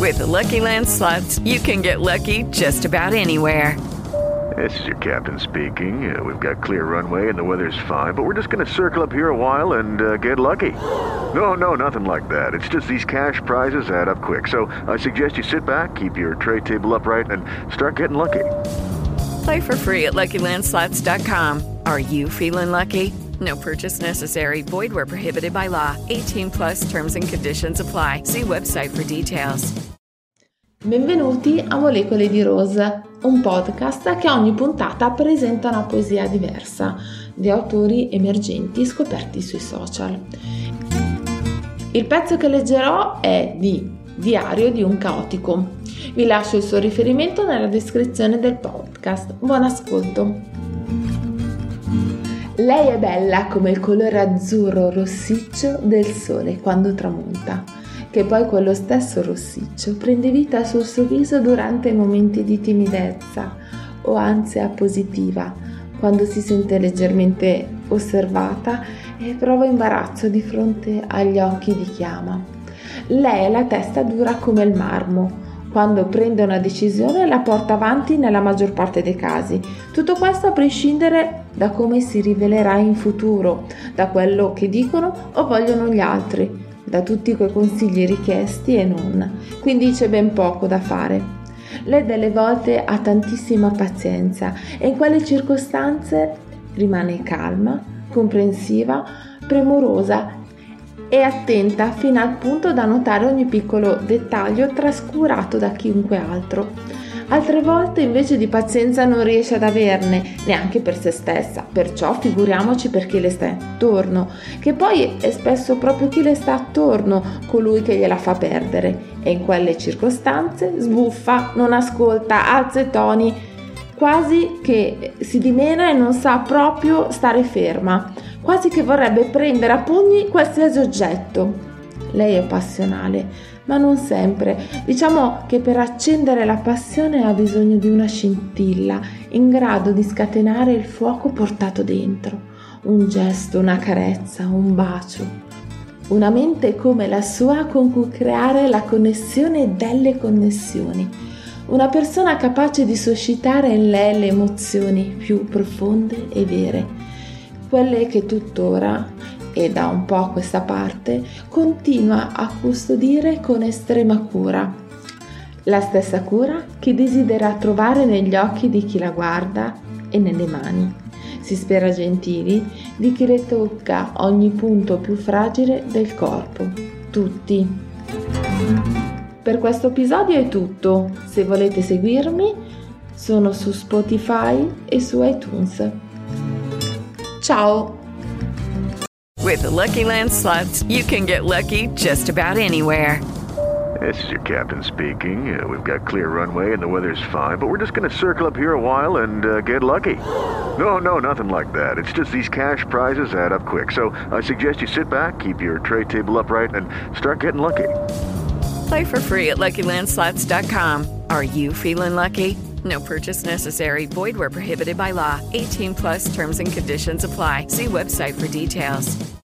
With the Lucky Land Slots, you can get lucky just about anywhere. This is your captain speaking. We've got clear runway and the weather's fine, but we're just going to circle up here a while and get lucky. No, nothing like that. It's just these cash prizes add up quick. So I suggest you sit back, keep your tray table upright, and start getting lucky. Play for free at LuckyLandSlots.com. Are you feeling lucky? No purchase necessary. Void where prohibited by law. 18 plus terms and conditions apply. See website for details. Benvenuti a Molecole di Rose, un podcast che a ogni puntata presenta una poesia diversa di autori emergenti scoperti sui social. Il pezzo che leggerò è di Diario di un caotico. Vi lascio il suo riferimento nella descrizione del podcast. Buon ascolto. Lei è bella come il colore azzurro rossiccio del sole quando tramonta, che poi quello stesso rossiccio prende vita sul suo viso durante i momenti di timidezza o ansia positiva, quando si sente leggermente osservata e prova imbarazzo di fronte agli occhi di chi ama. Lei ha la testa dura come il marmo. Quando prende una decisione la porta avanti nella maggior parte dei casi. Tutto questo a prescindere da come si rivelerà in futuro, da quello che dicono o vogliono gli altri, da tutti quei consigli richiesti e non. Quindi c'è ben poco da fare. Lei delle volte ha tantissima pazienza e in quelle circostanze rimane calma, comprensiva, premurosa e attenta fino al punto da notare ogni piccolo dettaglio trascurato da chiunque altro. Altre volte invece di pazienza non riesce ad averne, neanche per se stessa, perciò figuriamoci per chi le sta attorno, che poi è spesso proprio chi le sta attorno colui che gliela fa perdere, e in quelle circostanze sbuffa, non ascolta, alza i toni, quasi che si dimena e non sa proprio stare ferma, quasi che vorrebbe prendere a pugni qualsiasi oggetto. Lei è passionale, ma non sempre. Diciamo che per accendere la passione ha bisogno di una scintilla in grado di scatenare il fuoco portato dentro. Un gesto, una carezza, un bacio. Una mente come la sua con cui creare la connessione delle connessioni. Una persona capace di suscitare in lei le emozioni più profonde e vere, quelle che tuttora, e da un po' a questa parte, continua a custodire con estrema cura. La stessa cura che desidera trovare negli occhi di chi la guarda e nelle mani, si spera gentili, di chi le tocca ogni punto più fragile del corpo. Tutti. Per questo episodio è tutto. Se volete seguirmi, sono su Spotify e su iTunes. Ciao! With the Lucky Land Slots, you can get lucky just about anywhere. This is your captain speaking. We've got clear runway and the weather's fine, but we're just going to circle up here a while and get lucky. No, nothing like that. It's just these cash prizes add up quick. So I suggest you sit back, keep your tray table upright, and start getting lucky. Play for free at LuckyLandSlots.com. Are you feeling lucky? No purchase necessary. Void where prohibited by law. 18 plus terms and conditions apply. See website for details.